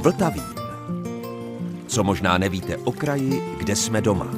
Vltavín. Co možná nevíte o kraji, kde jsme doma.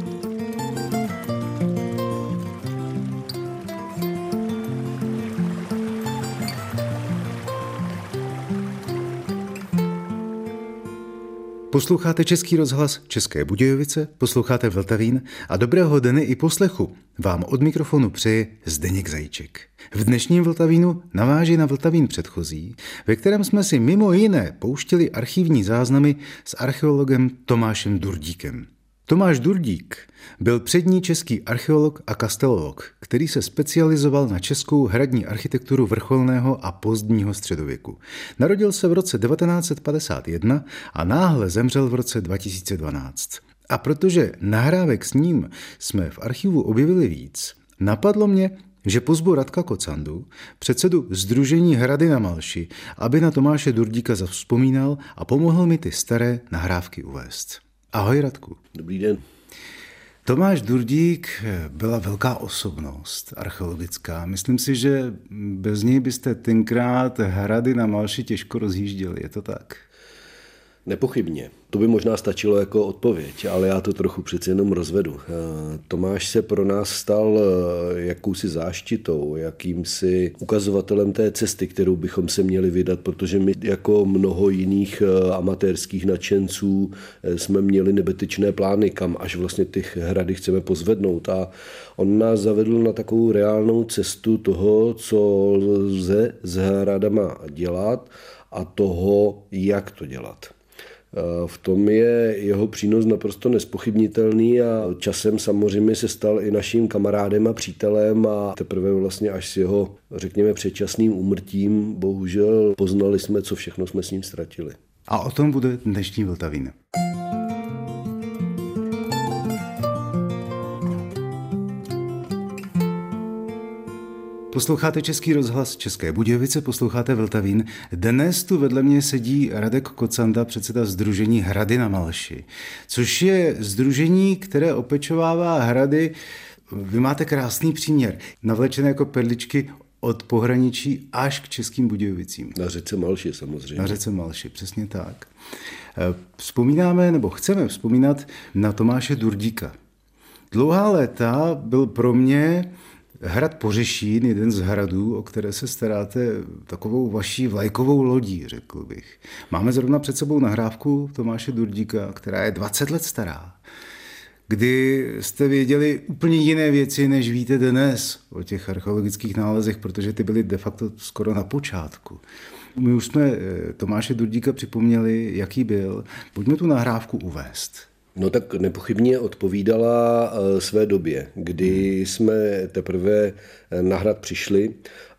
Posloucháte Český rozhlas České Budějovice, posloucháte Vltavín a dobrého dne i poslechu vám od mikrofonu přeje Zdeněk Zajíček. V dnešním Vltavínu naváží na Vltavín předchozí, ve kterém jsme si mimo jiné pouštěli archivní záznamy s archeologem Tomášem Durdíkem. Tomáš Durdík byl přední český archeolog a kastelolog, který se specializoval na českou hradní architekturu vrcholného a pozdního středověku. Narodil se v roce 1951 a náhle zemřel v roce 2012. A protože nahrávek s ním jsme v archivu objevili víc, napadlo mě, že pozvu Radka Kocandu, předsedu Sdružení Hrady na Malši, aby na Tomáše Durdíka zavzpomínal a pomohl mi ty staré nahrávky uvést. Ahoj, Radku. Dobrý den. Tomáš Durdík byla velká osobnost archeologická. Myslím si, že bez něj byste tenkrát Hrady na Malši těžko rozjížděli. Je to tak? Nepochybně. To by možná stačilo jako odpověď, ale já to trochu přeci jenom rozvedu. Tomáš se pro nás stal jakousi záštitou, jakýmsi ukazovatelem té cesty, kterou bychom se měli vydat, protože my jako mnoho jiných amatérských nadšenců jsme měli nebetyčné plány, kam až vlastně ty hrady chceme pozvednout. A on nás zavedl na takovou reálnou cestu toho, co lze s hradama dělat a toho, jak to dělat. V tom je jeho přínos naprosto nespochybnitelný a časem samozřejmě se stal i naším kamarádem a přítelem a teprve vlastně až s jeho, řekněme, předčasným úmrtím bohužel poznali jsme, co všechno jsme s ním ztratili. A o tom bude dnešní Vltavín. Posloucháte Český rozhlas České Budějovice, posloucháte Vltavín. Dnes tu vedle mě sedí Radek Kocanda, předseda Sdružení Hrady na Malši, což je sdružení, které opečovává hrady. Vy máte krásný příměr, navlečené jako perličky od pohraničí až k Českým Budějovicím. Na řece Malši samozřejmě. Na řece Malši, přesně tak. Vzpomínáme, nebo chceme vzpomínat na Tomáše Durdíka. Dlouhá léta byl pro mě hrad Pořešín, jeden z hradů, o které se staráte, takovou vaší vlajkovou lodí, řekl bych. Máme zrovna před sebou nahrávku Tomáše Durdíka, která je 20 let stará, kdy jste věděli úplně jiné věci, než víte dnes o těch archeologických nálezech, protože ty byly de facto skoro na počátku. My už jsme Tomáše Durdíka připomněli, jaký byl. Pojďme tu nahrávku uvést. No tak nepochybně odpovídala své době, kdy jsme teprve na hrad přišli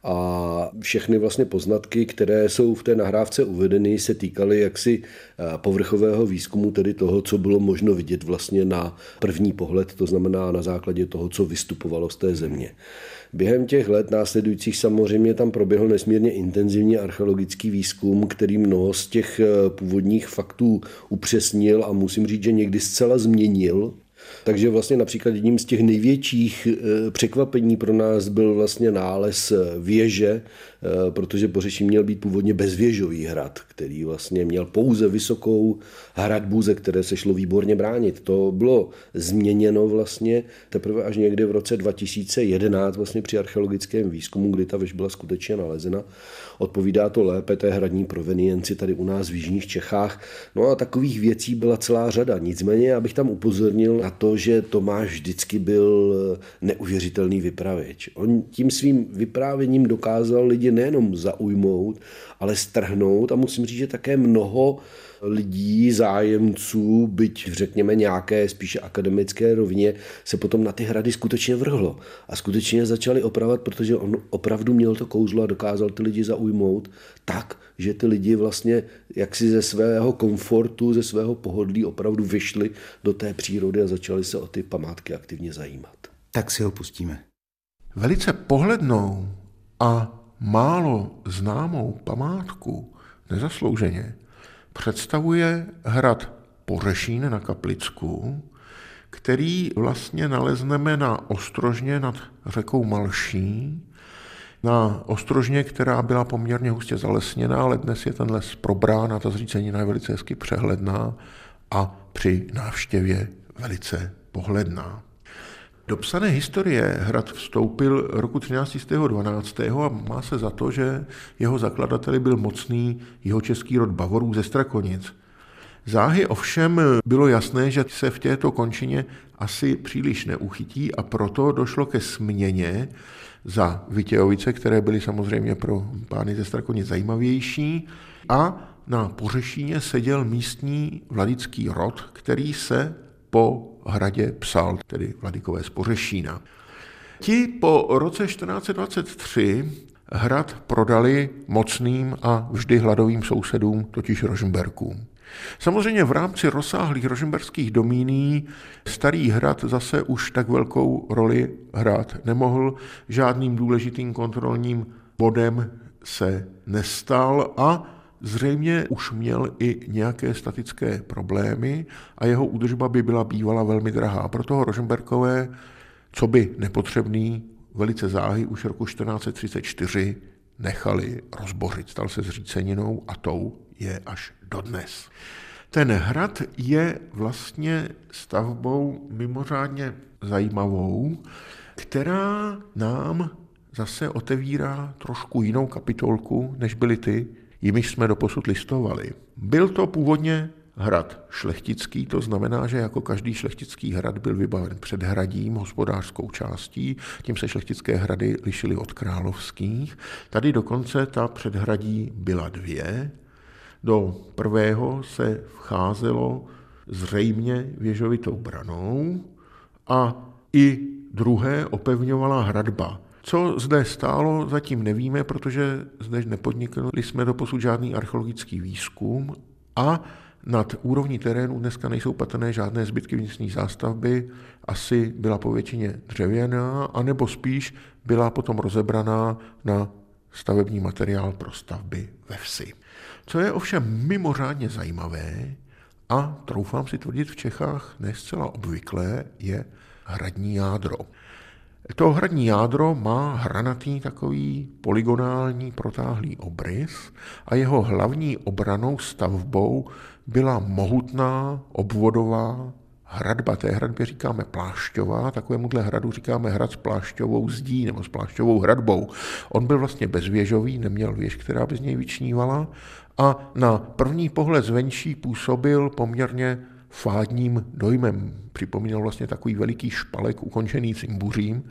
a všechny vlastně poznatky, které jsou v té nahrávce uvedeny, se týkaly jaksi povrchového výzkumu, tedy toho, co bylo možno vidět vlastně na první pohled, to znamená na základě toho, co vystupovalo z té země. Během těch let následujících samozřejmě tam proběhl nesmírně intenzivní archeologický výzkum, který mnoho z těch původních faktů upřesnil a musím říct, že někdy zcela změnil. Takže vlastně například jedním z těch největších překvapení pro nás byl vlastně nález věže, protože Pořešín měl být původně bezvěžový hrad, který vlastně měl pouze vysokou hradbu, ze které se šlo výborně bránit. To bylo změněno vlastně teprve až někde v roce 2011 vlastně při archeologickém výzkumu, kdy ta věž byla skutečně nalezena. Odpovídá to lépe té hradní provenienci tady u nás v jižních Čechách. No a takových věcí byla celá řada. Nicméně já bych tam upozornil na to, že Tomáš vždycky byl neuvěřitelný vypravěč. On tím svým vyprávěním dokázal lidi nejenom zaujmout, ale strhnout a musím říct, že také mnoho lidí, zájemců, byť řekněme nějaké spíše akademické rovině, se potom na ty hrady skutečně vrhlo a skutečně začali opravovat, protože on opravdu měl to kouzlo a dokázal ty lidi zaujmout tak, že ty lidi vlastně jaksi ze svého komfortu, ze svého pohodlí opravdu vyšli do té přírody a začali se o ty památky aktivně zajímat. Tak si ho pustíme. Velice pohlednou a málo známou památku nezaslouženě představuje hrad Pořešín na Kaplicku, který vlastně nalezneme na Ostrožně nad řekou Malší, na Ostrožně, která byla poměrně hustě zalesněná, ale dnes je ten les probrán a ta zřícenina je velice hezky přehledná a při návštěvě velice pohledná. Do psané historie hrad vstoupil roku 1312. a má se za to, že jeho zakladateli byl mocný jihočeský rod Bavorů ze Strakonic. Záhy ovšem bylo jasné, že se v této končině asi příliš neuchytí a proto došlo ke směně za Vitějovice, které byly samozřejmě pro pány ze Strakonic zajímavější, a na Pořešíně seděl místní vladický rod, který se po hradě psal, tedy vladykové z Pořešína. Ti po roce 1423 hrad prodali mocným a vždy hladovým sousedům, totiž Rožmberkům. Samozřejmě v rámci rozsáhlých rožmberských domíní starý hrad zase už tak velkou roli hrát nemohl, žádným důležitým kontrolním bodem se nestal a zřejmě už měl i nějaké statické problémy a jeho údržba by byla bývala velmi drahá. Proto Rožmberkové, co by nepotřebný, velice záhy už roku 1434 nechali rozbořit. Stal se zříceninou a tou je až dodnes. Ten hrad je vlastně stavbou mimořádně zajímavou, která nám zase otevírá trošku jinou kapitolku, než byly ty, jimiž jsme doposud listovali. Byl to původně hrad šlechtický, to znamená, že jako každý šlechtický hrad byl vybaven předhradím, hospodářskou částí, tím se šlechtické hrady lišily od královských. Tady dokonce ta předhradí byla dvě. Do prvého se vcházelo zřejmě věžovitou branou a i druhé opevňovala hradba. Co zde stálo, zatím nevíme, protože zde nepodnikli jsme doposud žádný archeologický výzkum a nad úrovní terénu dneska nejsou patrné žádné zbytky vnitřní zástavby, asi byla povětšině dřevěná, anebo spíš byla potom rozebraná na stavební materiál pro stavby ve vsi. Co je ovšem mimořádně zajímavé a troufám si tvrdit v Čechách ne zcela obvyklé, je hradní jádro. To hradní jádro má hranatý takový polygonální protáhlý obrys a jeho hlavní obranou stavbou byla mohutná obvodová hradba. Té hradbě říkáme plášťová, takovémuhle hradu říkáme hrad s plášťovou zdí nebo s plášťovou hradbou. On byl vlastně bezvěžový, neměl věž, která by z něj vyčnívala a na první pohled zvenčí působil poměrně fádním dojmem. Připomínal vlastně takový veliký špalek ukončený cimbuřím,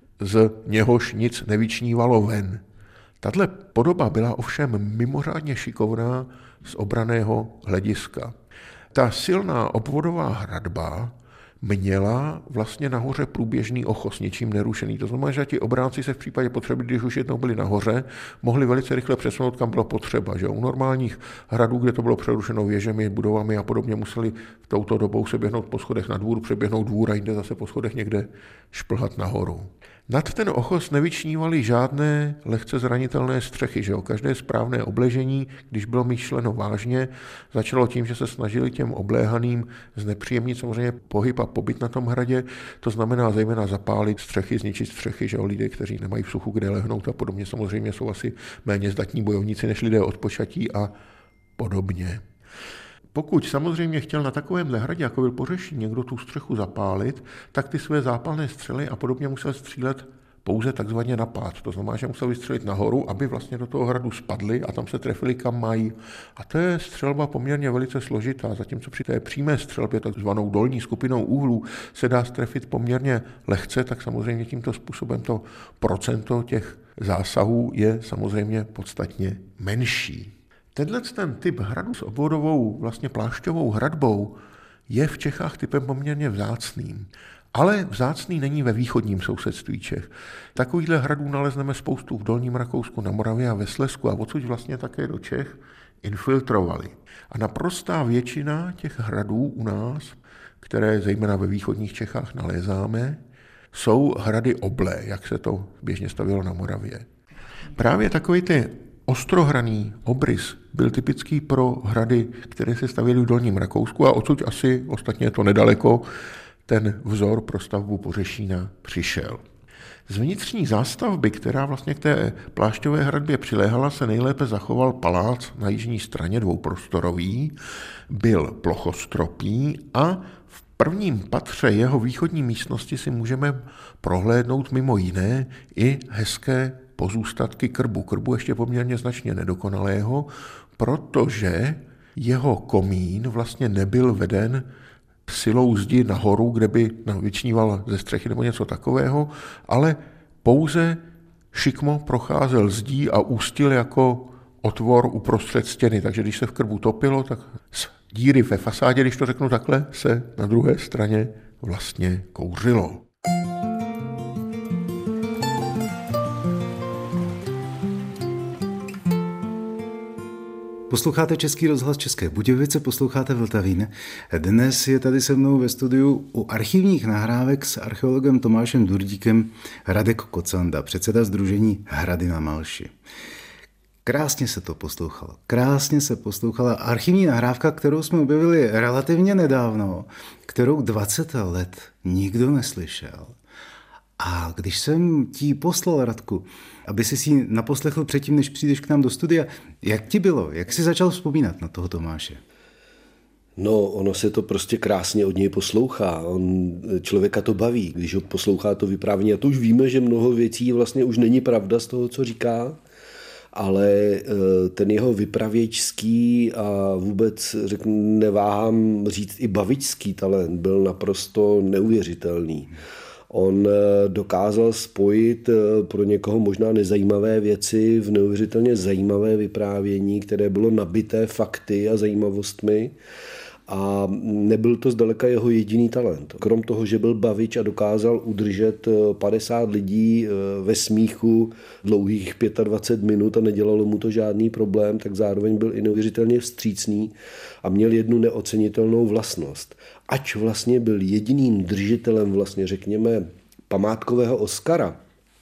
z něhož nic nevyčnívalo ven. Tato podoba byla ovšem mimořádně šikovná z obranného hlediska. Ta silná obvodová hradba měla vlastně nahoře průběžný ochos, ničím nerušený. To znamená, že ti obránci se v případě potřeby, když už jednou byli nahoře, mohli velice rychle přesunout, kam bylo potřeba. Že u normálních hradů, kde to bylo přerušeno věžemi, budovami a podobně, museli v touto dobou se běhnout po schodech na dvůr, přeběhnout dvůr a jinde zase po schodech někde šplhat nahoru. Nad ten ochos nevyčnívaly žádné lehce zranitelné střechy. Že jo? Každé správné obležení, když bylo myšleno vážně, začalo tím, že se snažili těm obléhaným znepříjemnit samozřejmě pohyb a pobyt na tom hradě. To znamená zejména zapálit střechy, zničit střechy, že jo? Lidé, kteří nemají v suchu kde lehnout a podobně, samozřejmě jsou asi méně zdatní bojovníci než lidé od počatí a podobně. Pokud samozřejmě chtěl na takovémhle hradě, jako byl Pořešín, někdo tu střechu zapálit, tak ty své zápalné střely a podobně musel střílet pouze takzvaně na pád. To znamená, že musel vystřelit nahoru, aby vlastně do toho hradu spadli a tam se trefili kam mají. A to je střelba poměrně velice složitá, zatímco při té přímé střelbě, takzvanou dolní skupinou úhlů, se dá strefit poměrně lehce, tak samozřejmě tímto způsobem to procento těch zásahů je samozřejmě podstatně menší. Ten typ hradu s obvodovou, vlastně plášťovou hradbou je v Čechách typem poměrně vzácným. Ale vzácný není ve východním sousedství Čech. Takovýchhle hradů nalezneme spoustu v Dolním Rakousku, na Moravě a ve Slezsku a odsud vlastně také do Čech infiltrovali. A naprostá většina těch hradů u nás, které zejména ve východních Čechách nalézáme, jsou hrady oblé, jak se to běžně stavělo na Moravě. Právě takový ty ostrohraný obrys byl typický pro hrady, které se stavěly v Dolním Rakousku a odsud asi, ostatně je to nedaleko, ten vzor pro stavbu Pořešína přišel. Z vnitřní zástavby, která vlastně k té plášťové hradbě přiléhala, se nejlépe zachoval palác na jižní straně dvouprostorový, byl plochostropý a v prvním patře jeho východní místnosti si můžeme prohlédnout mimo jiné i hezké pozůstatky krbu. Krbu ještě poměrně značně nedokonalého, protože jeho komín vlastně nebyl veden silou zdi nahoru, kde by vyčníval ze střechy nebo něco takového, ale pouze šikmo procházel zdí a ústil jako otvor uprostřed stěny. Takže když se v krbu topilo, tak z díry ve fasádě, když to řeknu takhle, se na druhé straně vlastně kouřilo. Posloucháte Český rozhlas České Budějovice, posloucháte Vltavín. Dnes je tady se mnou ve studiu u archivních nahrávek s archeologem Tomášem Durdíkem Radek Kocanda, předseda sdružení Hrady na Malši. Krásně se poslouchala archivní nahrávka, kterou jsme objevili relativně nedávno, kterou 20 let nikdo neslyšel. A když jsem ti poslal, Radku, aby si ji naposlechl předtím, než přijdeš k nám do studia, jak ti bylo? Jak jsi začal vzpomínat na toho Tomáše? No, ono se to prostě krásně od něj poslouchá. Člověka to baví, když ho poslouchá to vyprávění. A to už víme, že mnoho věcí vlastně už není pravda z toho, co říká, ale ten jeho vypravěčský a vůbec neváhám říct i bavičský talent byl naprosto neuvěřitelný. On dokázal spojit pro někoho možná nezajímavé věci v neuvěřitelně zajímavé vyprávění, které bylo nabité fakty a zajímavostmi. A nebyl to zdaleka jeho jediný talent. Krom toho, že byl bavič a dokázal udržet 50 lidí ve smíchu dlouhých 25 minut a nedělalo mu to žádný problém, tak zároveň byl i neuvěřitelně vstřícný a měl jednu neocenitelnou vlastnost. Ač vlastně byl jediným držitelem vlastně řekněme památkového Oscara,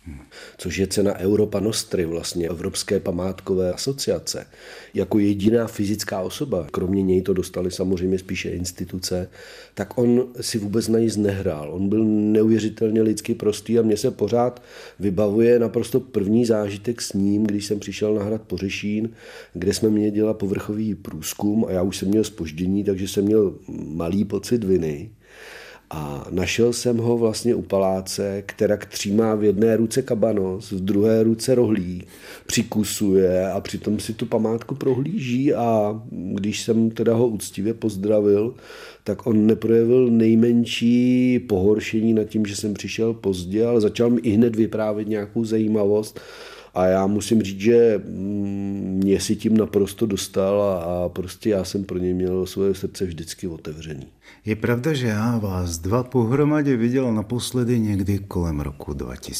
což je cena Europa Nostry, vlastně Evropské památkové asociace, jako jediná fyzická osoba, kromě něj to dostali samozřejmě spíše instituce, tak on si vůbec na nic nehrál. On byl neuvěřitelně lidsky prostý a mně se pořád vybavuje naprosto první zážitek s ním, když jsem přišel na hrad Pořešín, kde jsme měli dělat povrchový průzkum a já už jsem měl zpoždění, takže jsem měl malý pocit viny. A našel jsem ho vlastně u paláce, která třímá v jedné ruce kabanos, v druhé ruce rohlík, přikusuje a přitom si tu památku prohlíží a když jsem teda ho úctivě pozdravil, tak on neprojevil nejmenší pohoršení nad tím, že jsem přišel pozdě, ale začal mi ihned vyprávět nějakou zajímavost. A já musím říct, že mě si tím naprosto dostal a prostě já jsem pro něj měl svoje srdce vždycky otevřený. Je pravda, že já vás dva pohromadě viděl naposledy někdy kolem roku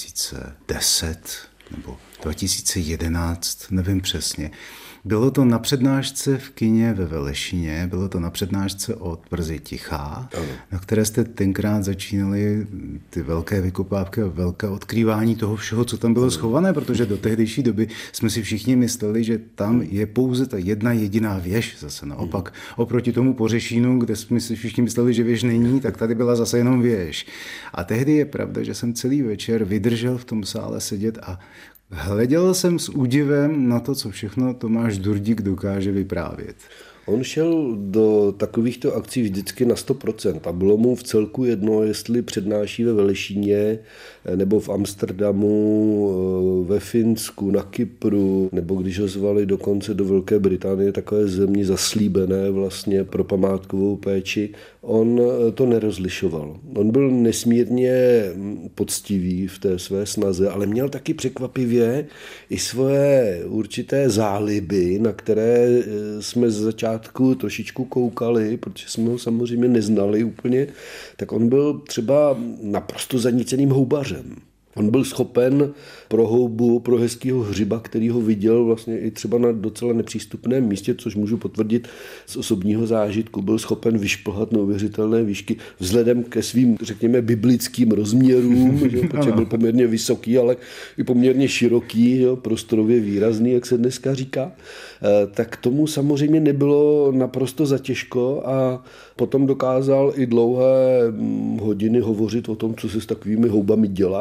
2010 nebo 2011, nevím přesně. Bylo to na přednášce v kině ve Velešíně, bylo to na přednášce o tvrzi Tichá, na které jste tenkrát začínali ty velké vykopávky a velké odkrývání toho všeho, co tam bylo schované, protože do tehdejší doby jsme si všichni mysleli, že tam je pouze ta jedna jediná věž. Zase naopak oproti tomu Pořešínu, kde jsme si všichni mysleli, že věž není, tak tady byla zase jenom věž. A tehdy je pravda, že jsem celý večer vydržel v tom sále sedět a hleděl jsem s údivem na to, co všechno Tomáš Durdík dokáže vyprávět. On šel do takovýchto akcí vždycky na 100% a bylo mu v celku jedno, jestli přednáší ve Velešíně nebo v Amsterdamu, ve Finsku, na Kypru, nebo když ho zvali dokonce do Velké Británie, takové země zaslíbené vlastně pro památkovou péči. On to nerozlišoval. On byl nesmírně poctivý v té své snaze, ale měl taky překvapivě i svoje určité záliby, na které jsme z začátku trošičku koukali, protože jsme ho samozřejmě neznali úplně, tak on byl třeba naprosto zaníceným houbařem. On byl schopen pro houbu, pro hezkýho hřiba, který ho viděl vlastně i třeba na docela nepřístupném místě, což můžu potvrdit z osobního zážitku, byl schopen vyšplhat neuvěřitelné výšky vzhledem ke svým, řekněme, biblickým rozměrům, že, protože byl poměrně vysoký, ale i poměrně široký, že, prostorově výrazný, jak se dneska říká. Tak tomu samozřejmě nebylo naprosto zatěžko a potom dokázal i dlouhé hodiny hovořit o tom, co se s takovými houbami dělá, jak se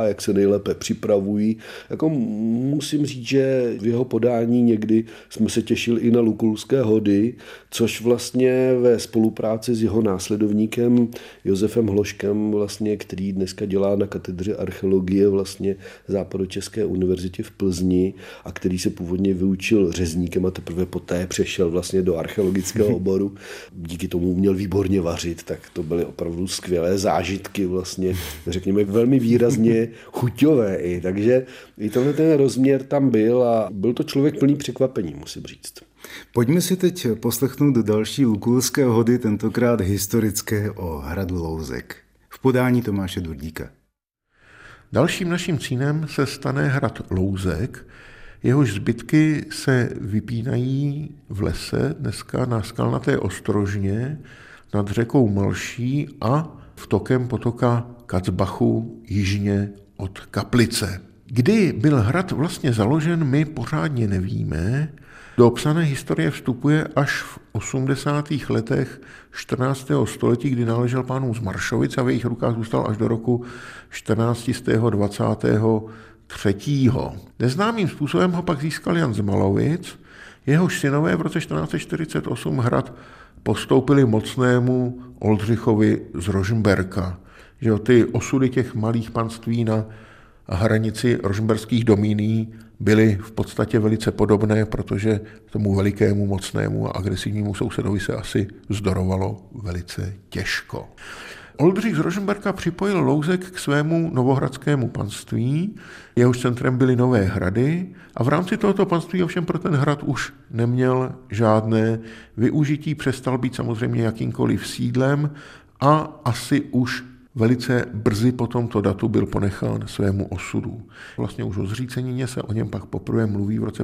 nejlépe připravují. Jako musím říct, že v jeho podání někdy jsme se těšili i na Lukulské hody, což vlastně ve spolupráci s jeho následovníkem Josefem Hloškem, vlastně, který dneska dělá na katedře archeologie vlastně Západočeské univerzitě v Plzni a který se původně vyučil řezníkem a teprve poté přešel vlastně do archeologického oboru. Díky tomu uměl výborně vařit, tak to byly opravdu skvělé zážitky vlastně, řekněme, velmi výrazně chuťové i, takže i tenhle ten rozměr tam byl a byl to člověk plný překvapení, musím říct. Pojďme si teď poslechnout další Lukulské hody, tentokrát historické o hradu Louzek. V podání Tomáše Durdíka. Dalším naším cílem se stane hrad Louzek, jehož zbytky se vypínají v lese, dneska na skalnaté ostrožně, nad řekou Malší a vtokem potoka Kacbachu jižně od Kaplice. Kdy byl hrad vlastně založen, my pořádně nevíme. Do opsané historie vstupuje až v 80. letech 14. století, kdy náležel pánům z Maršovic a v jejich rukách zůstal až do roku 1423. Neznámým způsobem ho pak získal Jan z Malovic, jehož synové v roce 1448 hrad postoupili mocnému Oldřichovi z Rožmberka. Že ty osudy těch malých panství na hranici rožmberských domíní byly v podstatě velice podobné, protože tomu velikému, mocnému a agresivnímu sousedovi se asi vzdorovalo velice těžko. Oldřich z Rožmberka připojil Louzek k svému novohradskému panství, jehož centrem byly Nové Hrady a v rámci tohoto panství ovšem pro ten hrad už neměl žádné využití, přestal být samozřejmě jakýmkoliv sídlem a asi už velice brzy po tomto datu byl ponechán svému osudu. Vlastně už o zřícenině se o něm pak poprvé mluví v roce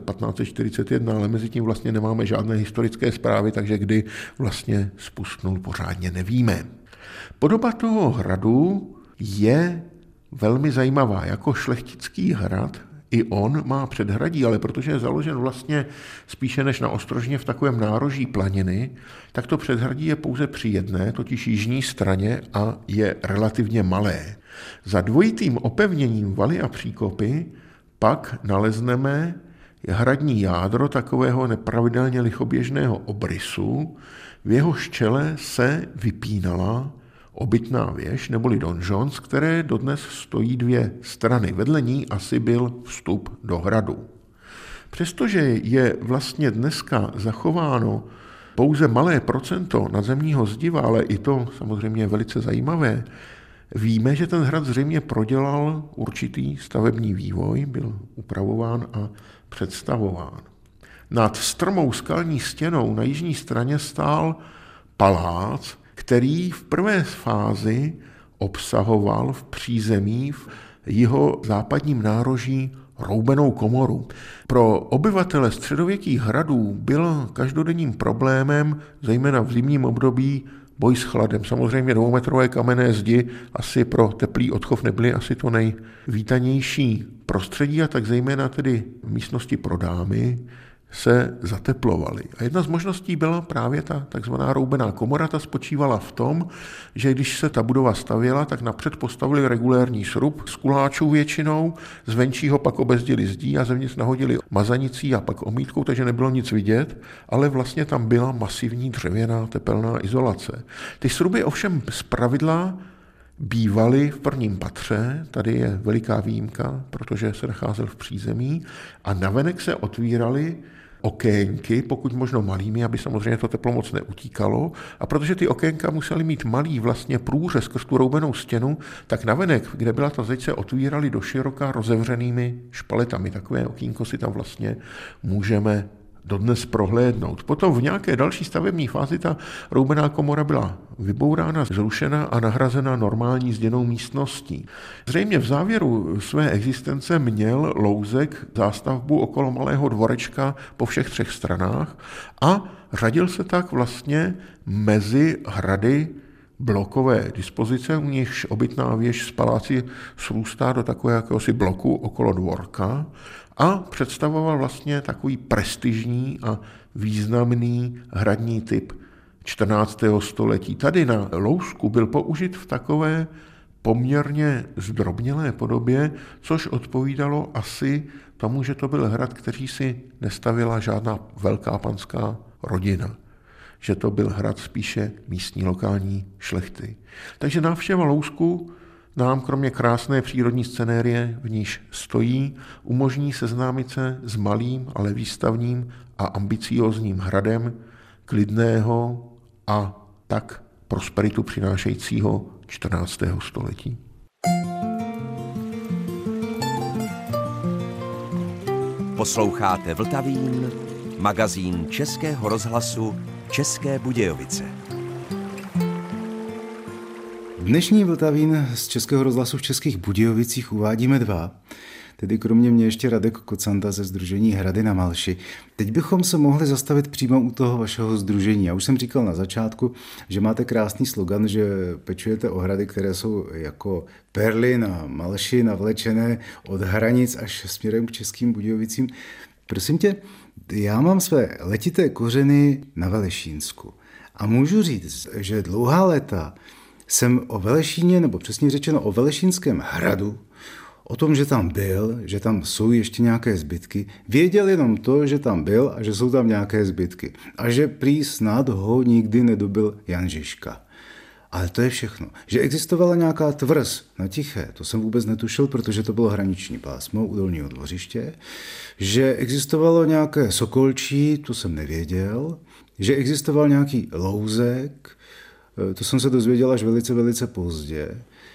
1541, ale mezi tím vlastně nemáme žádné historické zprávy, takže kdy vlastně spustnul, pořádně nevíme. Podoba toho hradu je velmi zajímavá. Jako šlechtický hrad i on má předhradí, ale protože je založen vlastně spíše než na ostrožně v takovém nároží planiny, tak to předhradí je pouze při jedné, totiž jižní straně a je relativně malé. Za dvojitým opevněním valy a příkopy pak nalezneme hradní jádro takového nepravidelně lichoběžného obrysu, v jehož čele se vypínala obytná věž neboli donžon, z které dodnes stojí dvě strany. Vedle ní asi byl vstup do hradu. Přestože je vlastně dneska zachováno pouze malé procento nadzemního zdiva, ale i to samozřejmě je velice zajímavé, víme, že ten hrad zřejmě prodělal určitý stavební vývoj, byl upravován a představován. Nad strmou skalní stěnou na jižní straně stál palác, který v prvé fázi obsahoval v přízemí v jeho západním nároží roubenou komoru. Pro obyvatele středověkých hradů byl každodenním problémem, zejména v zimním období, boj s chladem. Samozřejmě 2metrové kamenné zdi asi pro teplý odchov nebyly asi to nejvítanější prostředí, a tak zejména tedy v místnosti pro dámy se zateplovaly. A jedna z možností byla právě ta takzvaná roubená komora. Ta spočívala v tom, že když se ta budova stavěla, tak napřed postavili regulérní srub z kuláčů většinou, zvenčí ho pak obezdili zdí a zevnitř nahodili mazanicí a pak omítkou, takže nebylo nic vidět, ale vlastně tam byla masivní dřevěná tepelná izolace. Ty sruby ovšem zpravidla bývaly v prvním patře, tady je veliká výjimka, protože se nacházel v přízemí, a navenek se otvíraly okénky, pokud možno malými, aby samozřejmě to teplo moc neutíkalo. A protože ty okénka musely mít malý vlastně průřez skrz tu roubenou stěnu, tak navenek, kde byla ta zeď, se otvíraly do široka rozevřenými špaletami. Takové okýnko si tam vlastně můžeme dodnes prohlédnout. Potom v nějaké další stavební fázi ta roubená komora byla vybourána, zrušena a nahrazena normální zděnou místností. Zřejmě v závěru své existence měl Louzek zástavbu okolo malého dvorečka po všech třech stranách a řadil se tak vlastně mezi hrady blokové dispozice, u nichž obytná věž z paláci srůstá do takového jakéhosi bloku okolo dvorka a představoval vlastně takový prestižní a významný hradní typ 14. století. Tady na Lousku byl použit v takové poměrně zdrobnělé podobě, což odpovídalo asi tomu, že to byl hrad, který si nestavila žádná velká panská rodina. Že to byl hrad spíše místní lokální šlechty. Takže návštěva Lousku nám kromě krásné přírodní scenérie, v níž stojí, umožní seznámit se s malým, ale výstavním a ambiciózním hradem klidného a tak prosperitu přinášejícího 14. století. Posloucháte Vltavín, magazín Českého rozhlasu České Budějovice. Dnešní Vltavín z Českého rozhlasu v Českých Budějovicích uvádíme dva. Tedy kromě mě ještě Radek Kocanda ze sdružení Hrady na Malši. Teď bychom se mohli zastavit přímo u toho vašeho sdružení. Já už jsem říkal na začátku, že máte krásný slogan, že pečujete o hrady, které jsou jako perly na Malši, navlečené od hranic až směrem k Českým Budějovicím. Prosím tě, já mám své letité kořeny na Velešínsku a můžu říct, že dlouhá léta jsem o Velešíně, nebo přesně řečeno o Velešínském hradu, o tom, že tam byl, že tam jsou ještě nějaké zbytky, věděl jenom to, že tam byl a že jsou tam nějaké zbytky. A že prý snad ho nikdy nedobil Jan Žižka. Ale to je všechno. Že existovala nějaká tvrz na Tiché, to jsem vůbec netušil, protože to bylo hraniční pásmo u Dolního Dvořiště. Že existovalo nějaké Sokolčí, to jsem nevěděl. Že existoval nějaký Louzek, to jsem se dozvěděl až velice, velice pozdě.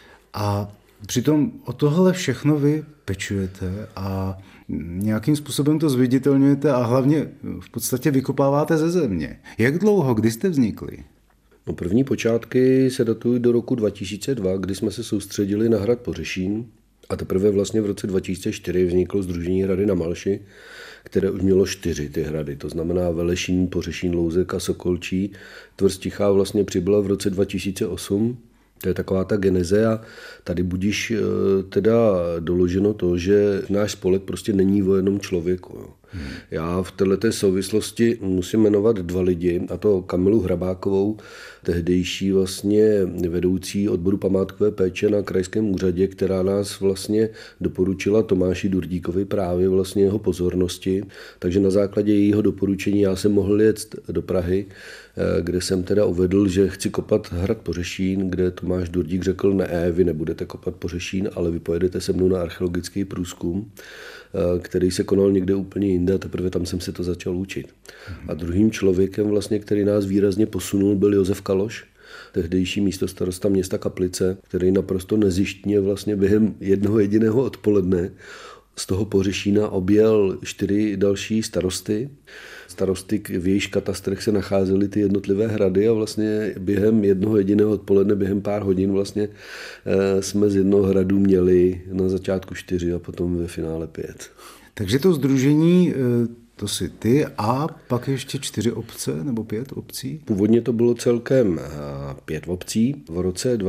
A přitom o tohle všechno vy pečujete a nějakým způsobem to zviditelňujete a hlavně v podstatě vykopáváte ze země. Jak dlouho, kdy jste vznikli? No, první počátky se datují do roku 2002, kdy jsme se soustředili na hrad Pořešín a teprve vlastně v roce 2004 vzniklo sdružení Hrady na Malši, které už mělo 4 ty hrady, to znamená Velešín, Pořešín, Louzek a Sokolčí. Tvrz Tichá vlastně přibyla v roce 2008. To je taková ta geneze a tady budíš teda doloženo to, že náš spolek prostě není o jednom člověku. Jo. Já v této souvislosti musím jmenovat 2 lidi, a to Kamilu Hrabákovou, tehdejší vlastně vedoucí odboru památkové péče na krajském úřadě, která nás vlastně doporučila Tomáši Durdíkovi právě vlastně jeho pozornosti. Takže na základě jejího doporučení já jsem mohl jet do Prahy, kde jsem teda uvedl, že chci kopat hrad Pořešín, kde Tomáš Durdík řekl, ne, vy nebudete kopat Pořešín, ale vy pojedete se mnou na archeologický průzkum, který se konal někde úplně jinde a teprve tam jsem se to začal učit. A druhým člověkem, vlastně, který nás výrazně posunul, byl Josef Kaloš, tehdejší místostarosta města Kaplice, který naprosto nezištně vlastně během jednoho jediného odpoledne z toho Pořešína objel 4 další starosty, v jejíž katastrech se nacházely ty jednotlivé hrady a vlastně během jednoho jediného odpoledne, během pár hodin vlastně jsme z jednoho hradu měli na začátku 4 a potom ve finále 5. Takže to sdružení, to si ty a pak ještě 4 obce nebo 5 obcí? Původně to bylo celkem 5 obcí. V roce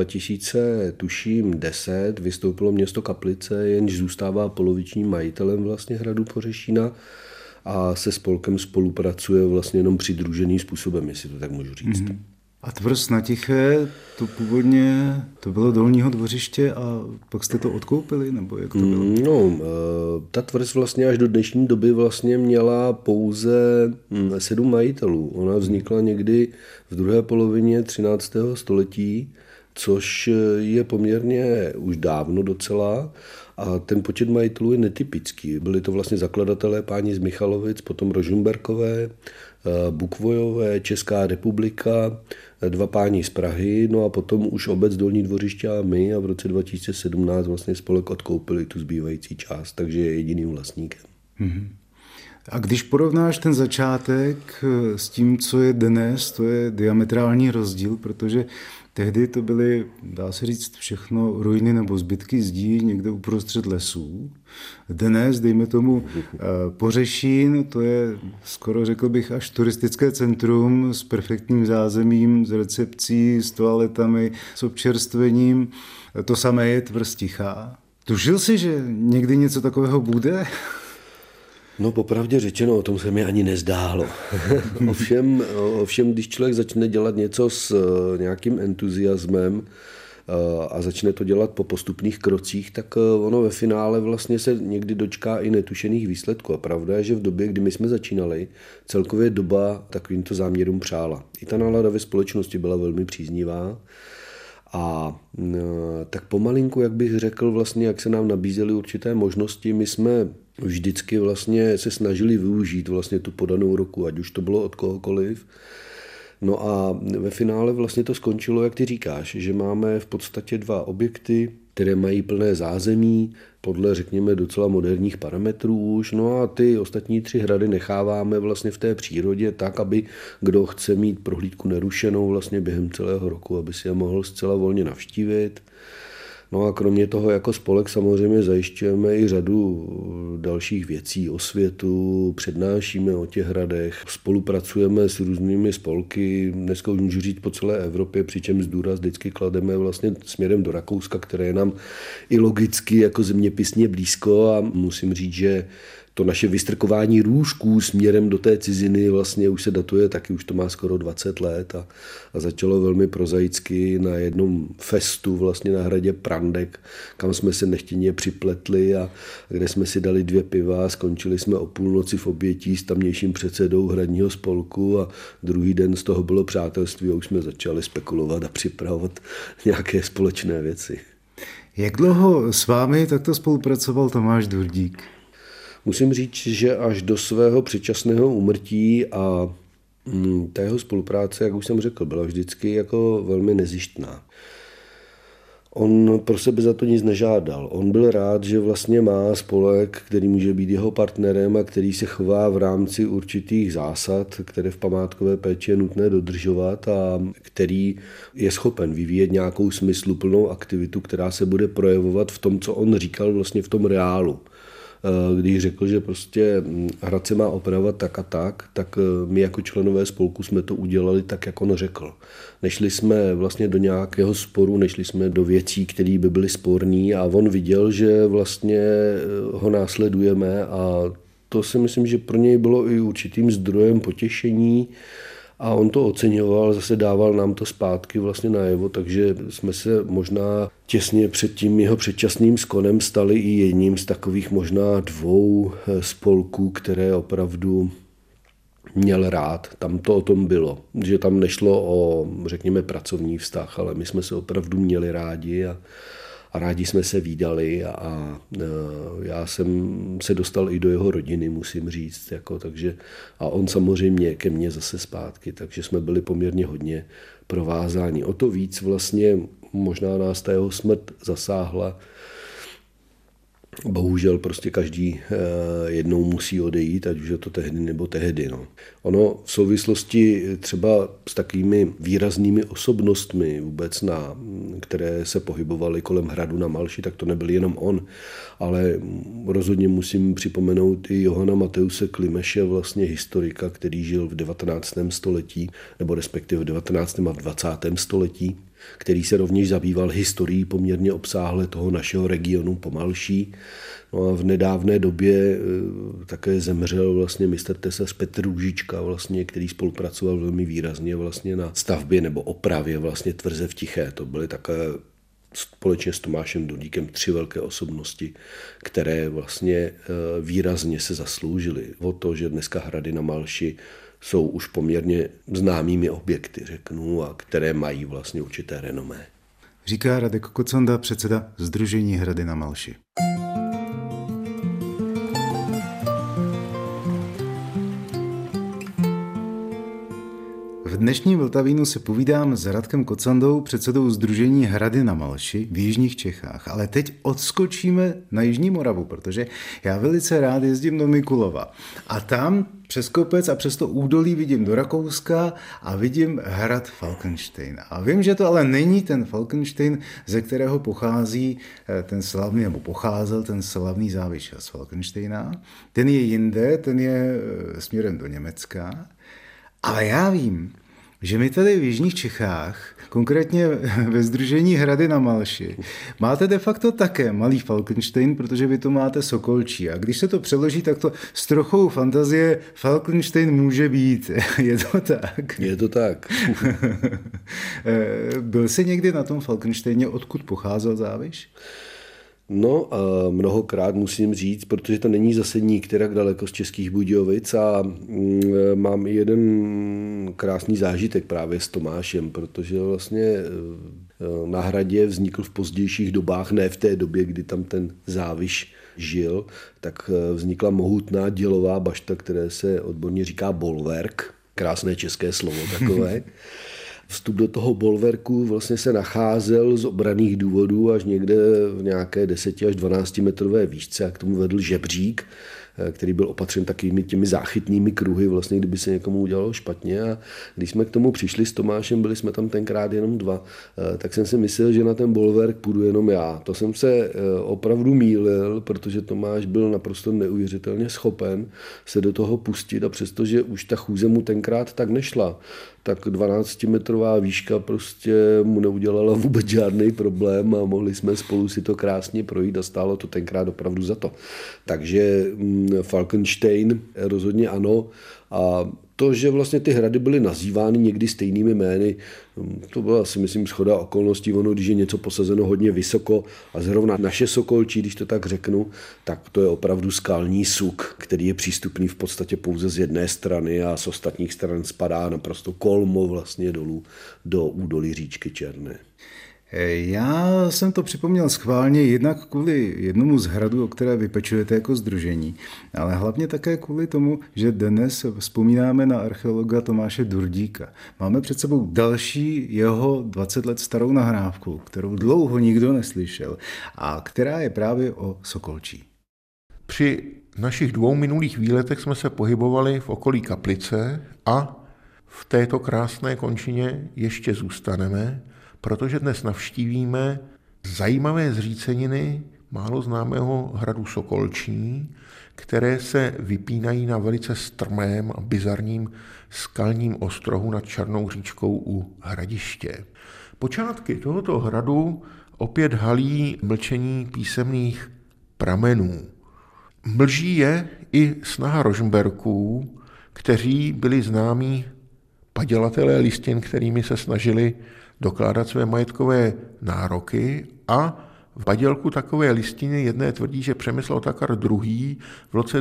2010 vystoupilo město Kaplice, jenž zůstává polovičním majitelem vlastně hradu Pořešína a se spolkem spolupracuje vlastně jenom přidruženým způsobem, jestli to tak můžu říct. Mm-hmm. A tvrz na Tiché, to původně to bylo Dolního Dvořiště a pak jste to odkoupili, nebo jak to bylo? No, ta tvrz vlastně až do dnešní doby vlastně měla pouze 7 majitelů. Ona vznikla někdy v druhé polovině 13. století, což je poměrně už dávno docela. A ten počet majitelů je netypický. Byli to vlastně zakladatelé páni z Michalovic, potom Rožmberkové, Bukvojové, Česká republika, 2 páni z Prahy, no a potom už obec Dolní Dvořiště a my a v roce 2017 vlastně spolek odkoupili tu zbývající část, takže je jediným vlastníkem. Mm-hmm. A když porovnáš ten začátek s tím, co je dnes, to je diametrální rozdíl, protože tehdy to byly, dá se říct, všechno ruiny nebo zbytky zdí někde uprostřed lesů. Dnes, dejme tomu, Pořešín, to je skoro, řekl bych, až turistické centrum s perfektním zázemím, s recepcí, s toaletami, s občerstvením. To samé je Tvrz Tichá. Tušil jsi, že někdy něco takového bude? No popravdě řečeno, o tom se mi ani nezdálo. Ovšem, když člověk začne dělat něco s nějakým entuziasmem, a začne to dělat po postupných krocích, tak ono ve finále vlastně se někdy dočká i netušených výsledků. A pravda je, že v době, kdy my jsme začínali, celkově doba takovýmto záměrům přála. I ta nálada ve společnosti byla velmi příznivá. A tak pomalinku, jak bych řekl, vlastně, jak se nám nabízely určité možnosti, my jsme vždycky vlastně se snažili využít vlastně tu podanou ruku, ať už to bylo od kohokoliv. No a ve finále vlastně to skončilo, jak ty říkáš, že máme v podstatě 2 objekty, které mají plné zázemí, podle, řekněme, docela moderních parametrů už. No a ty ostatní 3 hrady necháváme vlastně v té přírodě tak, aby kdo chce mít prohlídku nerušenou vlastně během celého roku, aby si je mohl zcela volně navštívit. No a kromě toho jako spolek samozřejmě zajišťujeme i řadu dalších věcí, osvětu, přednášíme o těch hradech, spolupracujeme s různými spolky, dneska už můžu říct po celé Evropě, přičemž důraz vždycky klademe vlastně směrem do Rakouska, které je nám i logicky jako zeměpisně blízko a musím říct, že to naše vystrkování růžků směrem do té ciziny vlastně už se datuje, taky už to má skoro 20 let a začalo velmi prozaicky na jednom festu vlastně na hradě Prandek, kam jsme se nechtěně připletli a kde jsme si dali 2 piva a skončili jsme o půlnoci v obětí s tamnějším předsedou hradního spolku a druhý den z toho bylo přátelství a už jsme začali spekulovat a připravovat nějaké společné věci. Jak dlouho s vámi takto spolupracoval Tomáš Durdík? Musím říct, že až do svého předčasného úmrtí a ta jeho spolupráce, jak už jsem řekl, byla vždycky jako velmi nezištná. On pro sebe za to nic nežádal. On byl rád, že vlastně má spolek, který může být jeho partnerem a který se chová v rámci určitých zásad, které v památkové péči je nutné dodržovat a který je schopen vyvíjet nějakou smysluplnou aktivitu, která se bude projevovat v tom, co on říkal vlastně v tom reálu. Když řekl, že prostě hrad se má opravovat tak a tak my jako členové spolku jsme to udělali tak, jak on řekl. Nešli jsme vlastně do nějakého sporu, nešli jsme do věcí, které by byly sporné a on viděl, že vlastně ho následujeme a to si myslím, že pro něj bylo i určitým zdrojem potěšení a on to oceňoval, zase dával nám to zpátky vlastně najevo, takže jsme se možná těsně před tím jeho předčasným skonem stali i jedním z takových možná 2 spolků, které opravdu měl rád. Tam to o tom bylo, že tam nešlo o, řekněme, pracovní vztah, ale my jsme se opravdu měli rádi a rádi jsme se vídali a já jsem se dostal i do jeho rodiny, musím říct. Takže, a on samozřejmě ke mně zase zpátky, takže jsme byli poměrně hodně provázáni. O to víc vlastně možná nás ta jeho smrt zasáhla. Bohužel prostě každý jednou musí odejít, ať už je to tehdy nebo tehdy. No. Ono v souvislosti třeba s takovými výraznými osobnostmi vůbec, které se pohybovaly kolem hradu na Malši, tak to nebyl jenom on, ale rozhodně musím připomenout i Johana Mateuse Klimeše, vlastně historika, který žil v 19. století, nebo respektive v 19. a v 20. století, který se rovněž zabýval historií poměrně obsáhle toho našeho regionu Pomalší. No a v nedávné době také zemřel vlastně mistr tesař Petr Růžička, vlastně, který spolupracoval velmi výrazně vlastně na stavbě nebo opravě vlastně tvrze v Tiché. To byly také společně s Tomášem Durdíkem 3 velké osobnosti, které vlastně výrazně se zasloužily o to, že dneska hrady na Malši jsou už poměrně známými objekty, řeknu, a které mají vlastně určité renomé. Říká Radek Kocanda, předseda Sdružení Hrady na Malši. V dnešním Vltavínu se povídám s Radkem Kocandou, předsedou Sdružení Hrady na Malši v jižních Čechách. Ale teď odskočíme na Jižní Moravu, protože já velice rád jezdím do Mikulova. A tam přes kopec a přes to údolí vidím do Rakouska a vidím hrad Falkenstein. A vím, že to ale není ten Falkenstein, ze kterého pochází ten slavný, nebo pocházel ten slavný závěšel z Falkensteina. Ten je jinde, ten je směrem do Německa. Ale já vím, že my tady v jižních Čechách, konkrétně ve sdružení Hrady na Malši, máte de facto také malý Falkenstein, protože vy to máte Sokolčí. A když se to přeloží, tak to s trochou fantazie Falkenstein může být. Je to tak? Je to tak. Byl jsi někdy na tom Falkensteině, odkud pocházel Záviš? No, mnohokrát musím říct, protože to není zase nikterak daleko z Českých Budějovic a mám i jeden krásný zážitek právě s Tomášem, protože vlastně na Hradě vznikl v pozdějších dobách, ne v té době, kdy tam ten Záviš žil, tak vznikla mohutná dělová bašta, které se odborně říká bolverk, krásné české slovo takové. Vstup do toho bolverku vlastně se nacházel z obranných důvodů až někde v nějaké 10 až 12 metrové výšce a k tomu vedl žebřík, který byl opatřen takovými těmi záchytnými kruhy, vlastně kdyby se někomu udělalo špatně. A když jsme k tomu přišli s Tomášem, byli jsme tam tenkrát jenom 2, tak jsem si myslel, že na ten bolverk půjdu jenom já. To jsem se opravdu mýlil, protože Tomáš byl naprosto neuvěřitelně schopen se do toho pustit a přestože už ta chůze mu tenkrát tak nešla, tak 12metrová výška prostě mu neudělala vůbec žádný problém a mohli jsme spolu si to krásně projít a stálo to tenkrát opravdu za to. Takže Falkenstein rozhodně ano. A to, že vlastně ty hrady byly nazývány někdy stejnými jmény, to byla si myslím shoda okolností. Ono, když je něco posazeno hodně vysoko a zrovna naše Sokolčí, když to tak řeknu, tak to je opravdu skalní suk, který je přístupný v podstatě pouze z jedné strany a z ostatních stran spadá naprosto kolmo vlastně dolů do údolí říčky Černé. Já jsem to připomněl schválně jednak kvůli jednomu z hradů, o které vypečujete jako sdružení, ale hlavně také kvůli tomu, že dnes vzpomínáme na archeologa Tomáše Durdíka. Máme před sebou další jeho 20 let starou nahrávku, kterou dlouho nikdo neslyšel a která je právě o Sokolčí. Při našich 2 minulých výletech jsme se pohybovali v okolí kaplice a v této krásné končině ještě zůstaneme, protože dnes navštívíme zajímavé zříceniny málo známého hradu Sokolčí, které se vypínají na velice strmém a bizarním skalním ostrohu nad Černou říčkou u Hradiště. Počátky tohoto hradu opět halí mlčení písemných pramenů. Mlží je i snaha Rožmberků, kteří byli známí padělatelé listin, kterými se snažili dokládat své majetkové nároky a v padělku takové listiny jedné tvrdí, že Přemysl Otakar II. V roce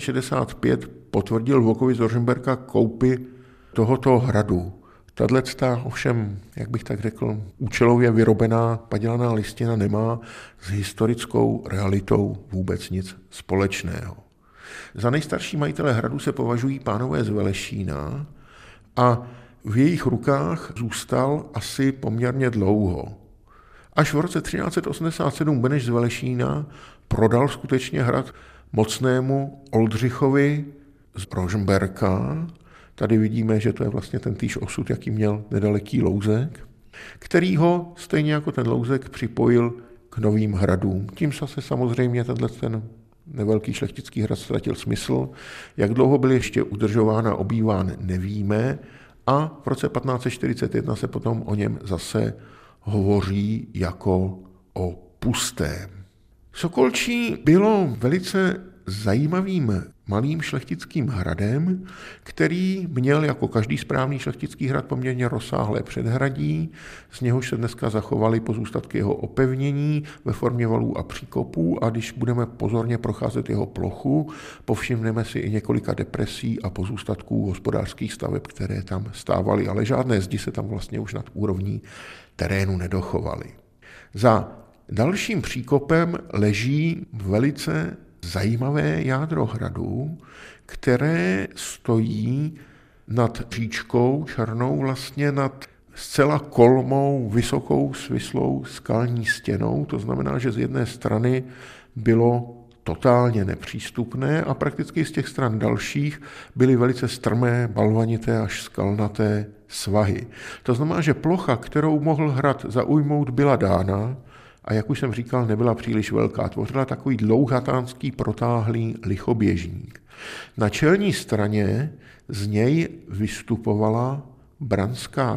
1265 potvrdil Vlkovi z Rožmberka koupy tohoto hradu. Tato ovšem, jak bych tak řekl, účelově vyrobená padělaná listina nemá s historickou realitou vůbec nic společného. Za nejstarší majitele hradu se považují pánové z Velešína a v jejich rukách zůstal asi poměrně dlouho. Až v roce 1387 Beneš z Velešína prodal skutečně hrad mocnému Oldřichovi z Rožmberka. Tady vidíme, že to je vlastně ten týž osud, jaký měl nedaleký Louzek, který ho stejně jako ten Louzek připojil k novým hradům. Tím se samozřejmě ten nevelký šlechtický hrad ztratil smysl. Jak dlouho byl ještě udržován a obýván, nevíme. A v roce 1541 se potom o něm zase hovoří jako o pustém. Sokolčí bylo velice zajímavým malým šlechtickým hradem, který měl jako každý správný šlechtický hrad poměrně rozsáhlé předhradí, z něhož se dneska zachovaly pozůstatky jeho opevnění ve formě valů a příkopů a když budeme pozorně procházet jeho plochu, povšimneme si i několika depresí a pozůstatků hospodářských staveb, které tam stávaly, ale žádné zdi se tam vlastně už nad úrovní terénu nedochovaly. Za dalším příkopem leží velice zajímavé jádro hradu, které stojí nad říčkou Černou, vlastně nad zcela kolmou, vysokou svislou skalní stěnou. To znamená, že z jedné strany bylo totálně nepřístupné a prakticky z těch stran dalších byly velice strmé, balvanité až skalnaté svahy. To znamená, že plocha, kterou mohl hrad zaujmout, byla dána, a jak už jsem říkal, nebyla příliš velká. Tvořila takový dlouhatánský protáhlý lichoběžník. Na čelní straně z něj vystupovala Branská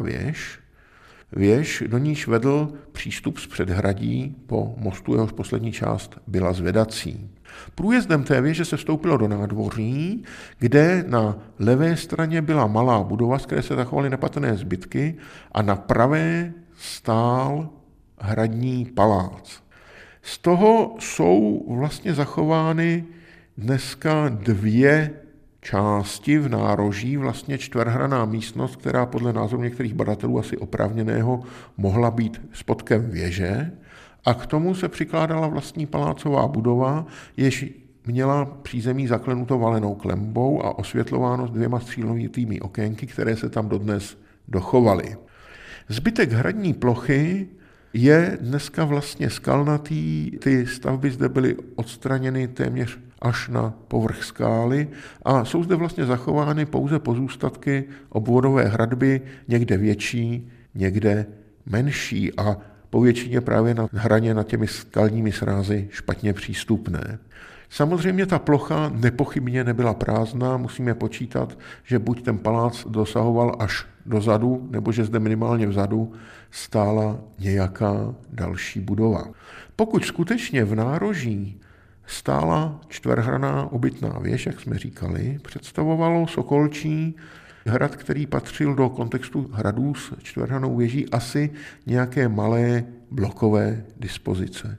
věž, do níž vedl přístup z předhradí po mostu, jehož poslední část byla zvedací. Průjezdem té věže se vstoupilo do nádvoří, kde na levé straně byla malá budova, z které se zachovaly nepatrné zbytky, a na pravé stál hradní palác. Z toho jsou vlastně zachovány dneska dvě části v nároží, vlastně čtverhranná místnost, která podle názoru některých badatelů asi oprávněného mohla být spodkem věže, a k tomu se přikládala vlastní palácová budova, jež měla přízemí zaklenuto valenou klenbou a osvětlováno s 2 střílovitými okénky, které se tam dodnes dochovaly. Zbytek hradní plochy je dneska vlastně skalnatý, ty stavby zde byly odstraněny téměř až na povrch skály a jsou zde vlastně zachovány pouze pozůstatky obvodové hradby, někde větší, někde menší a povětšině právě na hraně nad těmi skalními srázy špatně přístupné. Samozřejmě ta plocha nepochybně nebyla prázdná, musíme počítat, že buď ten palác dosahoval až dozadu, nebo že zde minimálně vzadu stála nějaká další budova. Pokud skutečně v nároží stála čtverhranná obytná věž, jak jsme říkali, představovalo Sokolčí hrad, který patřil do kontextu hradů s čtverhrannou věží, asi nějaké malé blokové dispozice.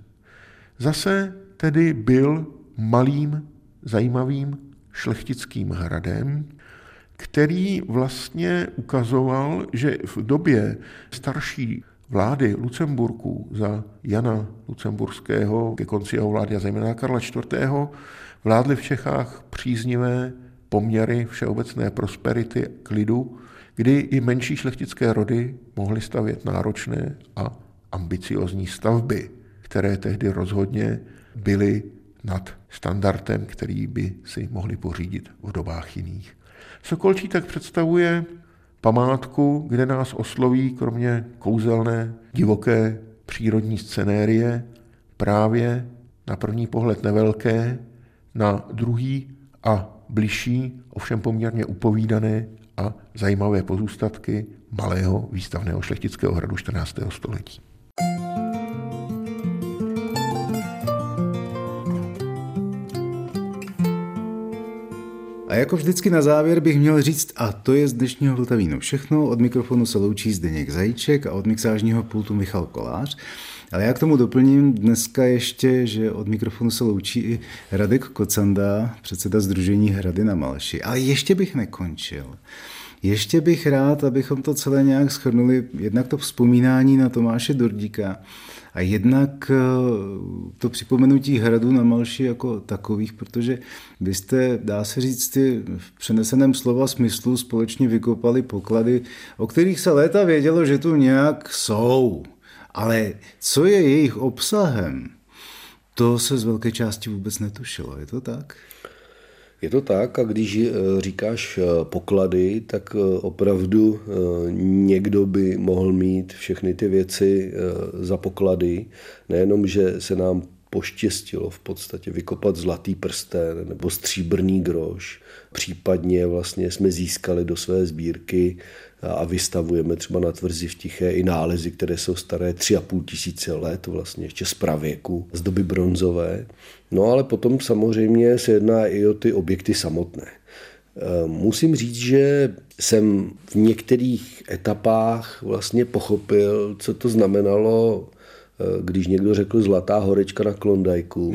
Zase tedy byl malým, zajímavým šlechtickým hradem, který vlastně ukazoval, že v době starší vlády Lucemburků za Jana Lucemburského ke konci jeho vlády a zejména Karla IV. Vládly v Čechách příznivé poměry všeobecné prosperity, klidu, kdy i menší šlechtické rody mohly stavět náročné a ambiciozní stavby, které tehdy rozhodně byly nad standardem, který by si mohli pořídit v dobách jiných. Sokolčí tak představuje památku, kde nás osloví kromě kouzelné, divoké přírodní scenérie právě na první pohled nevelké, na druhý a bližší, ovšem poměrně upovídané a zajímavé pozůstatky malého výstavného šlechtického hradu 14. století. A jako vždycky na závěr bych měl říct, a to je z dnešního Vltavínu všechno, od mikrofonu se loučí Zdeněk Zajíček a od mixážního pultu Michal Kolář. Ale já k tomu doplním dneska ještě, že od mikrofonu se loučí i Radek Kocanda, předseda Sdružení Hrady na Malši. Ale ještě bych nekončil. Ještě bych rád, abychom to celé nějak shrnuli, jednak to vzpomínání na Tomáše Dordíka a jednak to připomenutí hradu na Malši jako takových, protože vy jste, dá se říct, v přeneseném slova smyslu společně vykopali poklady, o kterých se léta vědělo, že tu nějak jsou. Ale co je jejich obsahem, to se z velké části vůbec netušilo. Je to tak? Je to tak, a když říkáš poklady, tak opravdu někdo by mohl mít všechny ty věci za poklady. Nejenom, že se nám poštěstilo v podstatě vykopat zlatý prsten nebo stříbrný groš, případně vlastně jsme získali do své sbírky a vystavujeme třeba na Tvrzi v Tiché i nálezy, které jsou staré 3,5 tisíce let, vlastně ještě z pravěku, z doby bronzové. No ale potom samozřejmě se jedná i o ty objekty samotné. Musím říct, že jsem v některých etapách vlastně pochopil, co to znamenalo, když někdo řekl zlatá horečka na Klondajku,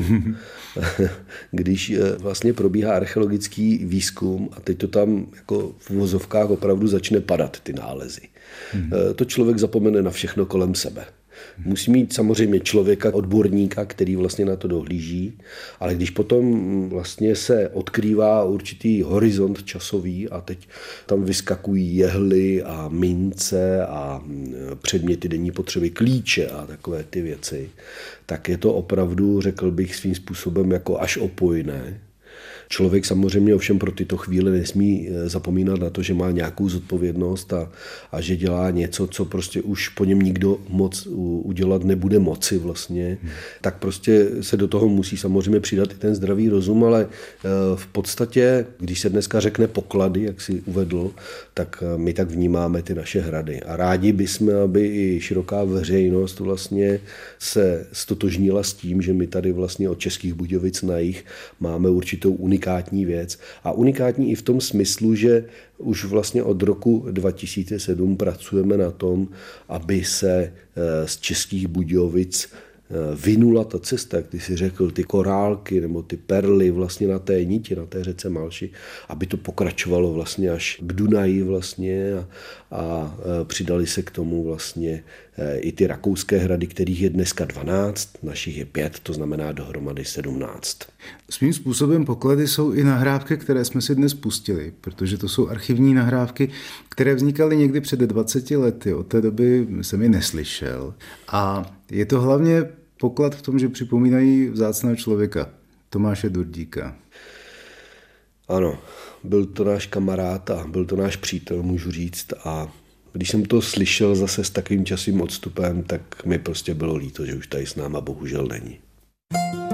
když vlastně probíhá archeologický výzkum a teď to tam jako v uvozovkách opravdu začne padat ty nálezy. To člověk zapomene na všechno kolem sebe. Musí mít samozřejmě člověka, odborníka, který vlastně na to dohlíží, ale když potom vlastně se odkrývá určitý horizont časový a teď tam vyskakují jehly a mince a předměty denní potřeby, klíče a takové ty věci, tak je to opravdu, řekl bych, svým způsobem jako až opojné. Člověk samozřejmě ovšem pro tyto chvíle nesmí zapomínat na to, že má nějakou zodpovědnost a že dělá něco, co prostě už po něm nikdo moc udělat nebude moci vlastně. Tak prostě se do toho musí samozřejmě přidat i ten zdravý rozum, ale v podstatě, když se dneska řekne poklady, jak si uvedl, tak my tak vnímáme ty naše hrady. A rádi bychom, aby i široká veřejnost vlastně se stotožnila s tím, že my tady vlastně od Českých Budějovic na jih máme určitou unikátní věc. A unikátní i v tom smyslu, že už vlastně od roku 2007 pracujeme na tom, aby se z Českých Budějovic vynula ta cesta, jak ty si řekl, ty korálky nebo ty perly vlastně na té niti, na té řece Malši, aby to pokračovalo vlastně až k Dunaji vlastně a přidali se k tomu vlastně i ty rakouské hrady, kterých je dneska 12, našich je 5, to znamená dohromady 17. Svým způsobem poklady jsou i nahrávky, které jsme si dnes pustili, protože to jsou archivní nahrávky, které vznikaly někdy před 20 lety. Od té doby jsem je neslyšel. A je to hlavně poklad v tom, že připomínají vzácného člověka, Tomáše Durdíka. Ano, byl to náš kamarád a byl to náš přítel, můžu říct. A když jsem to slyšel zase s takovým časovým odstupem, tak mi prostě bylo líto, že už tady s náma bohužel není.